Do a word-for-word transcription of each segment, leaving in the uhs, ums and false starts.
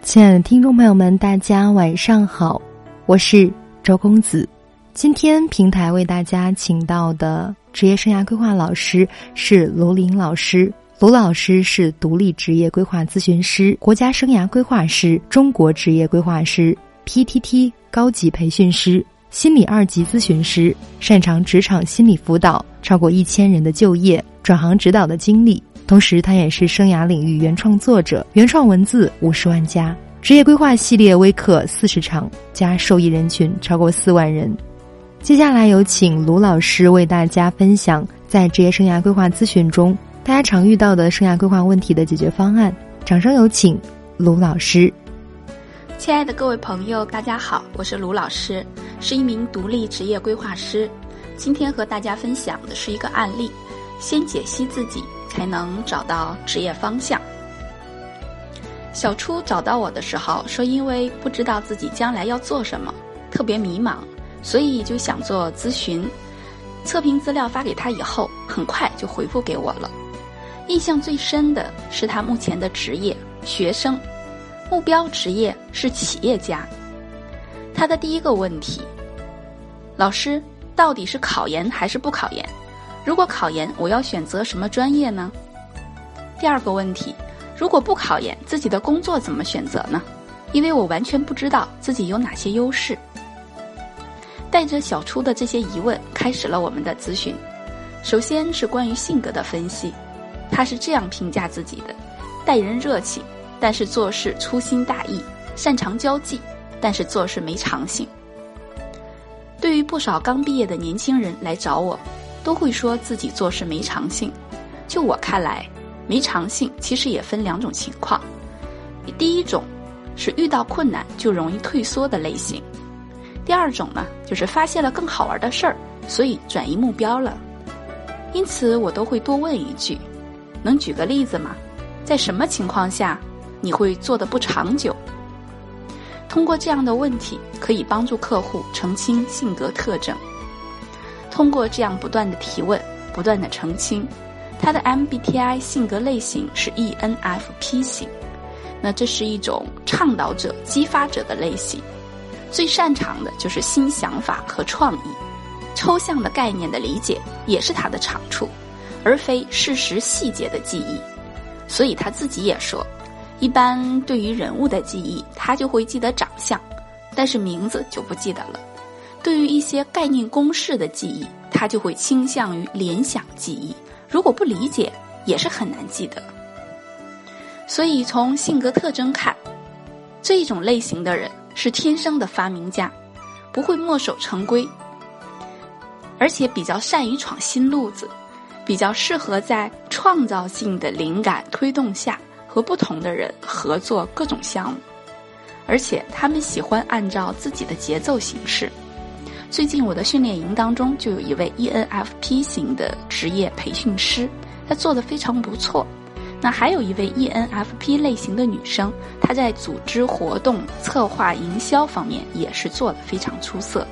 亲爱的听众朋友们，大家晚上好，我是周公子。今天平台为大家请到的职业生涯规划老师是卢林老师。卢老师是独立职业规划咨询师、国家生涯规划师、中国职业规划师、P T T 高级培训师、心理二级咨询师，擅长职场心理辅导，超过一千人的就业转行指导的经历。同时他也是生涯领域原创作者，原创文字五十万加，职业规划系列微课四十场，加受益人群超过四万人。接下来有请卢老师为大家分享在职业生涯规划咨询中大家常遇到的生涯规划问题的解决方案。掌声有请卢老师。 亲爱的各位朋友，大家好，我是卢老师，是一名独立职业规划师。今天和大家分享的是一个案例，先解析自己才能找到职业方向。小初找到我的时候说，因为不知道自己将来要做什么，特别迷茫，所以就想做咨询。测评资料发给他以后，很快就回复给我了。印象最深的是他目前的职业学生，目标职业是企业家。他的第一个问题，老师，到底是考研还是不考研？如果考研，我要选择什么专业呢？第二个问题，如果不考研，自己的工作怎么选择呢？因为我完全不知道自己有哪些优势。带着小初的这些疑问，开始了我们的咨询。首先是关于性格的分析，他是这样评价自己的：待人热情，但是做事粗心大意；擅长交际，但是做事没长性。对于不少刚毕业的年轻人来找我，都会说自己做事没长性。就我看来，没长性其实也分两种情况。第一种是遇到困难就容易退缩的类型。第二种呢，就是发现了更好玩的事儿，所以转移目标了。因此我都会多问一句，能举个例子吗？在什么情况下你会做得不长久？通过这样的问题，可以帮助客户澄清性格特征。通过这样不断的提问，不断的澄清，他的 M B T I 性格类型是 E N F P 型。那这是一种倡导者、激发者的类型，最擅长的就是新想法和创意，抽象的概念的理解也是他的长处，而非事实细节的记忆。所以他自己也说，一般对于人物的记忆，他就会记得长相，但是名字就不记得了。对于一些概念公式的记忆，他就会倾向于联想记忆，如果不理解，也是很难记得。所以从性格特征看，这一种类型的人是天生的发明家，不会墨守成规，而且比较善于闯新路子，比较适合在创造性的灵感推动下和不同的人合作各种项目，而且他们喜欢按照自己的节奏行事。最近我的训练营当中就有一位 E N F P 型的职业培训师，他做得非常不错。那还有一位 E N F P 类型的女生，她在组织活动、策划、营销方面也是做得非常出色。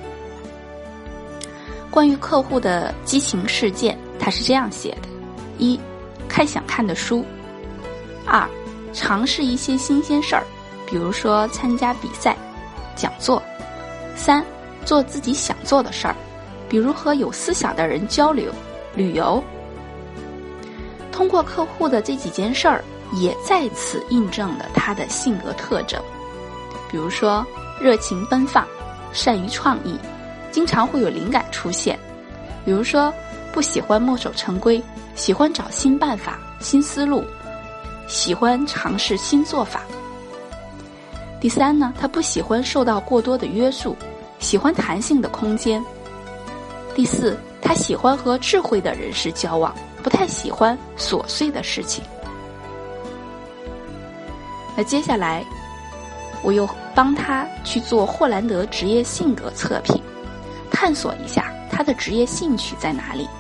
关于客户的激情事件，他是这样写的：一、看想看的书；二、尝试一些新鲜事儿，比如说参加比赛、讲座；三、做自己想做的事儿，比如和有思想的人交流、旅游。通过客户的这几件事儿，也再次印证了他的性格特征，比如说热情奔放，善于创意，经常会有灵感出现；比如说不喜欢墨守成规，喜欢找新办法、新思路，喜欢尝试新做法。第三呢，他不喜欢受到过多的约束，喜欢弹性的空间。第四，他喜欢和智慧的人士交往，不太喜欢琐碎的事情。那接下来我又帮他去做霍兰德职业性格测评，探索一下他的职业兴趣在哪里。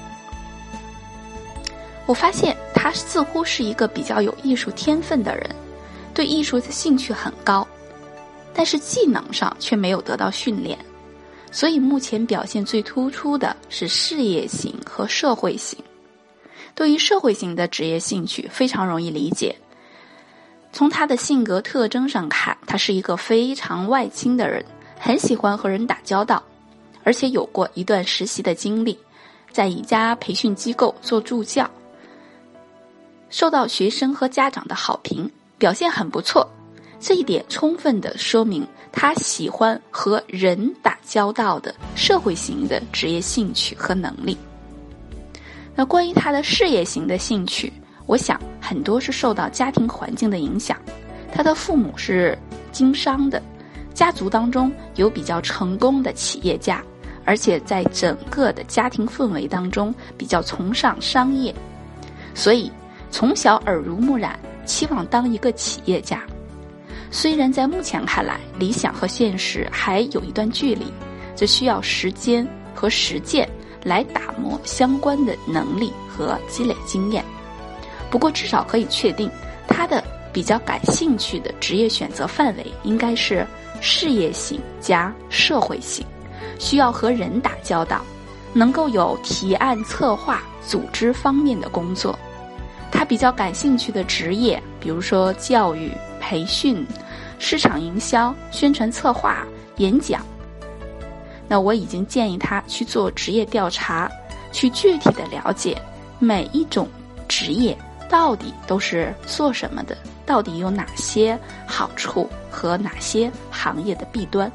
我发现他似乎是一个比较有艺术天分的人，对艺术的兴趣很高，但是技能上却没有得到训练，所以目前表现最突出的是事业型和社会型。对于社会型的职业兴趣非常容易理解， 从他的性格特征上看，他是一个非常外倾的人，很喜欢和人打交道，而且有过一段实习的经历，在一家培训机构做助教，受到学生和家长的好评，表现很不错。这一点充分地说明他喜欢和人打交道的社会型的职业兴趣和能力。那关于他的事业型的兴趣，我想很多是受到家庭环境的影响。他的父母是经商的，家族当中有比较成功的企业家，而且在整个的家庭氛围当中比较崇尚商业，所以从小耳濡目染，期望当一个企业家。虽然在目前看来，理想和现实还有一段距离，这需要时间和实践来打磨相关的能力和积累经验。不过至少可以确定，他的比较感兴趣的职业选择范围应该是事业型加社会型，需要和人打交道，能够有提案策划、组织方面的工作。他比较感兴趣的职业，比如说教育、培训、市场营销、宣传策划、演讲。那我已经建议他去做职业调查，去具体的了解每一种职业到底都是做什么的，到底有哪些好处和哪些行业的弊端。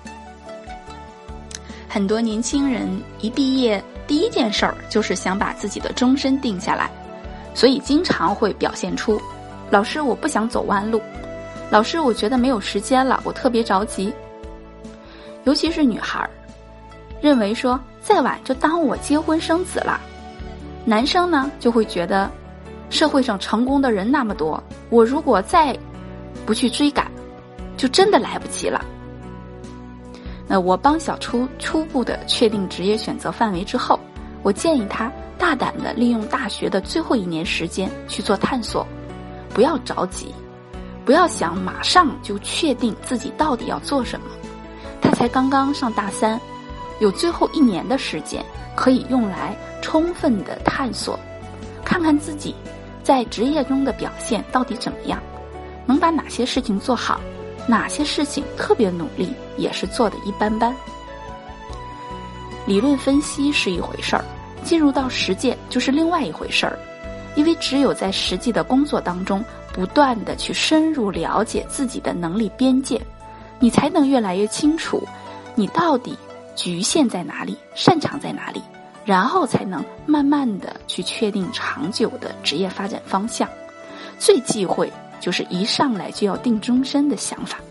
很多年轻人一毕业第一件事儿就是想把自己的终身定下来，所以经常会表现出，老师我不想走弯路，老师我觉得没有时间了，我特别着急。尤其是女孩，认为说再晚就耽误我结婚生子了。男生呢就会觉得社会上成功的人那么多，我如果再不去追赶，就真的来不及了。那我帮小初初步的确定职业选择范围之后，我建议他大胆的利用大学的最后一年时间去做探索，不要着急，不要想马上就确定自己到底要做什么。他才刚刚上大三，有最后一年的时间可以用来充分的探索，看看自己在职业中的表现到底怎么样，能把哪些事情做好，哪些事情特别努力也是做的一般般。理论分析是一回事儿，进入到实践就是另外一回事儿。因为只有在实际的工作当中不断的去深入了解自己的能力边界，你才能越来越清楚你到底局限在哪里，擅长在哪里，然后才能慢慢的去确定长久的职业发展方向。最忌讳就是一上来就要定终身的想法。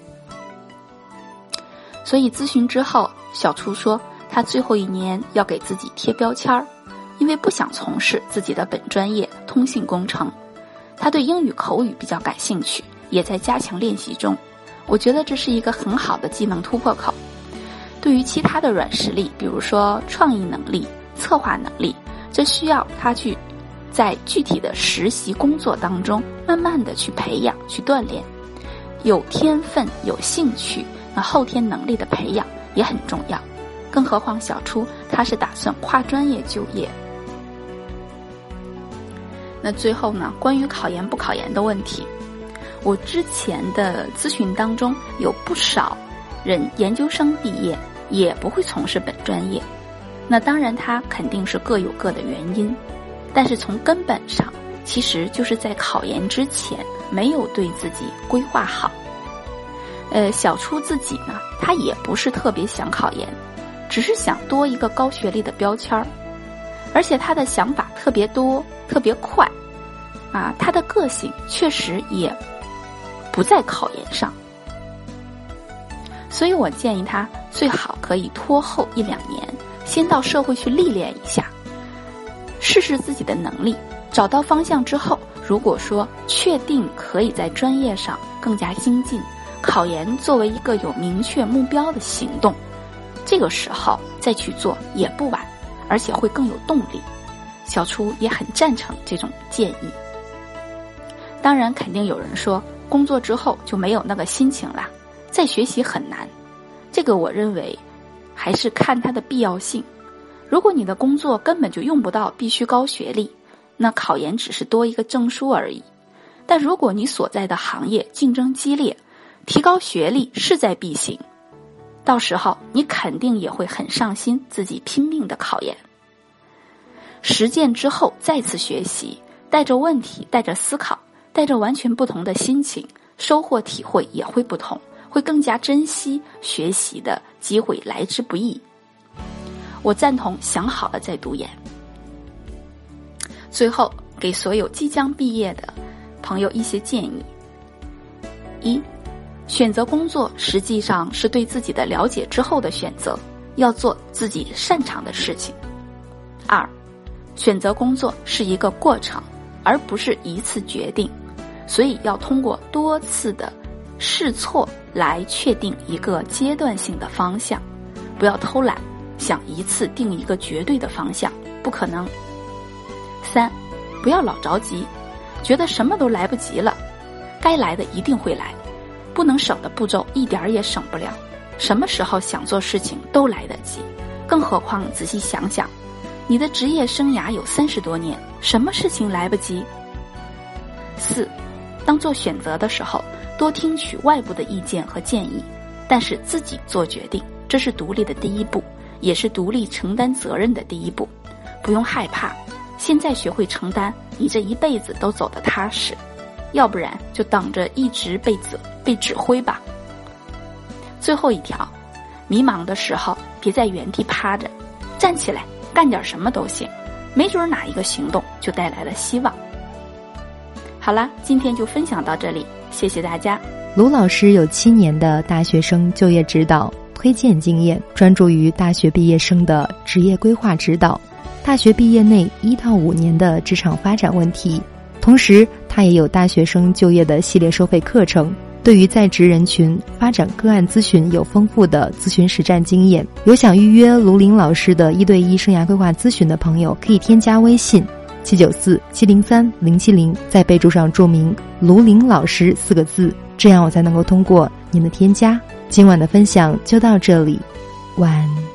所以咨询之后，小初说他最后一年要给自己贴标签儿，因为不想从事自己的本专业通信工程。他对英语口语比较感兴趣，也在加强练习中。我觉得这是一个很好的技能突破口。对于其他的软实力，比如说创意能力、策划能力，这需要他去在具体的实习工作当中慢慢的去培养、去锻炼。有天分、有兴趣，那后天能力的培养也很重要。更何况小初他是打算跨专业就业。那最后呢，关于考研不考研的问题，我之前的咨询当中有不少人研究生毕业也不会从事本专业。那当然他肯定是各有各的原因，但是从根本上其实就是在考研之前没有对自己规划好。呃，小初自己呢，他也不是特别想考研，只是想多一个高学历的标签儿，而且他的想法特别多，特别快，啊，他的个性确实也不在考研上，所以我建议他最好可以拖后一两年，先到社会去历练一下，试试自己的能力，找到方向之后，如果说确定可以在专业上更加精进，考研作为一个有明确目标的行动，这个时候再去做也不晚，而且会更有动力。小初也很赞成这种建议。当然肯定有人说工作之后就没有那个心情了，再学习很难，这个我认为还是看它的必要性。如果你的工作根本就用不到必须高学历，那考研只是多一个证书而已。 但如果你所在的行业竞争激烈，提高学历势在必行，到时候你肯定也会很上心自己拼命的考研。实践之后再次学习，带着问题，带着思考，带着完全不同的心情，收获体会也会不同，会更加珍惜学习的机会来之不易。我赞同想好了再读研。最后给所有即将毕业的朋友一些建议。一，选择工作实际上是对自己的了解之后的选择，要做自己擅长的事情。二，选择工作是一个过程，而不是一次决定，所以要通过多次的试错来确定一个阶段性的方向，不要偷懒，想一次定一个绝对的方向，不可能。三，不要老着急，觉得什么都来不及了，该来的一定会来，不能省的步骤一点儿也省不了，什么时候想做事情都来得及，更何况仔细想想，你的职业生涯有三十多年，什么事情来不及？四，当做选择的时候，多听取外部的意见和建议，但是自己做决定，这是独立的第一步，也是独立承担责任的第一步。不用害怕，现在学会承担，你这一辈子都走得踏实，要不然就等着一直被指被指挥吧。最后一条，迷茫的时候别在原地趴着，站起来干点什么都行，没准哪一个行动就带来了希望。好了，今天就分享到这里，谢谢大家。 卢老师有七年的大学生就业指导推荐经验，专注于大学毕业生的职业规划指导，大学毕业内一到五年的职场发展问题。同时他也有大学生就业的系列收费课程，对于在职人群发展个案咨询有丰富的咨询实战经验。有想预约卢林老师的一对一生涯规划咨询的朋友，可以添加微信七九四七零三零七零，在备注上注明卢林老师四个字，这样我才能够通过您的添加。今晚的分享就到这里，晚安。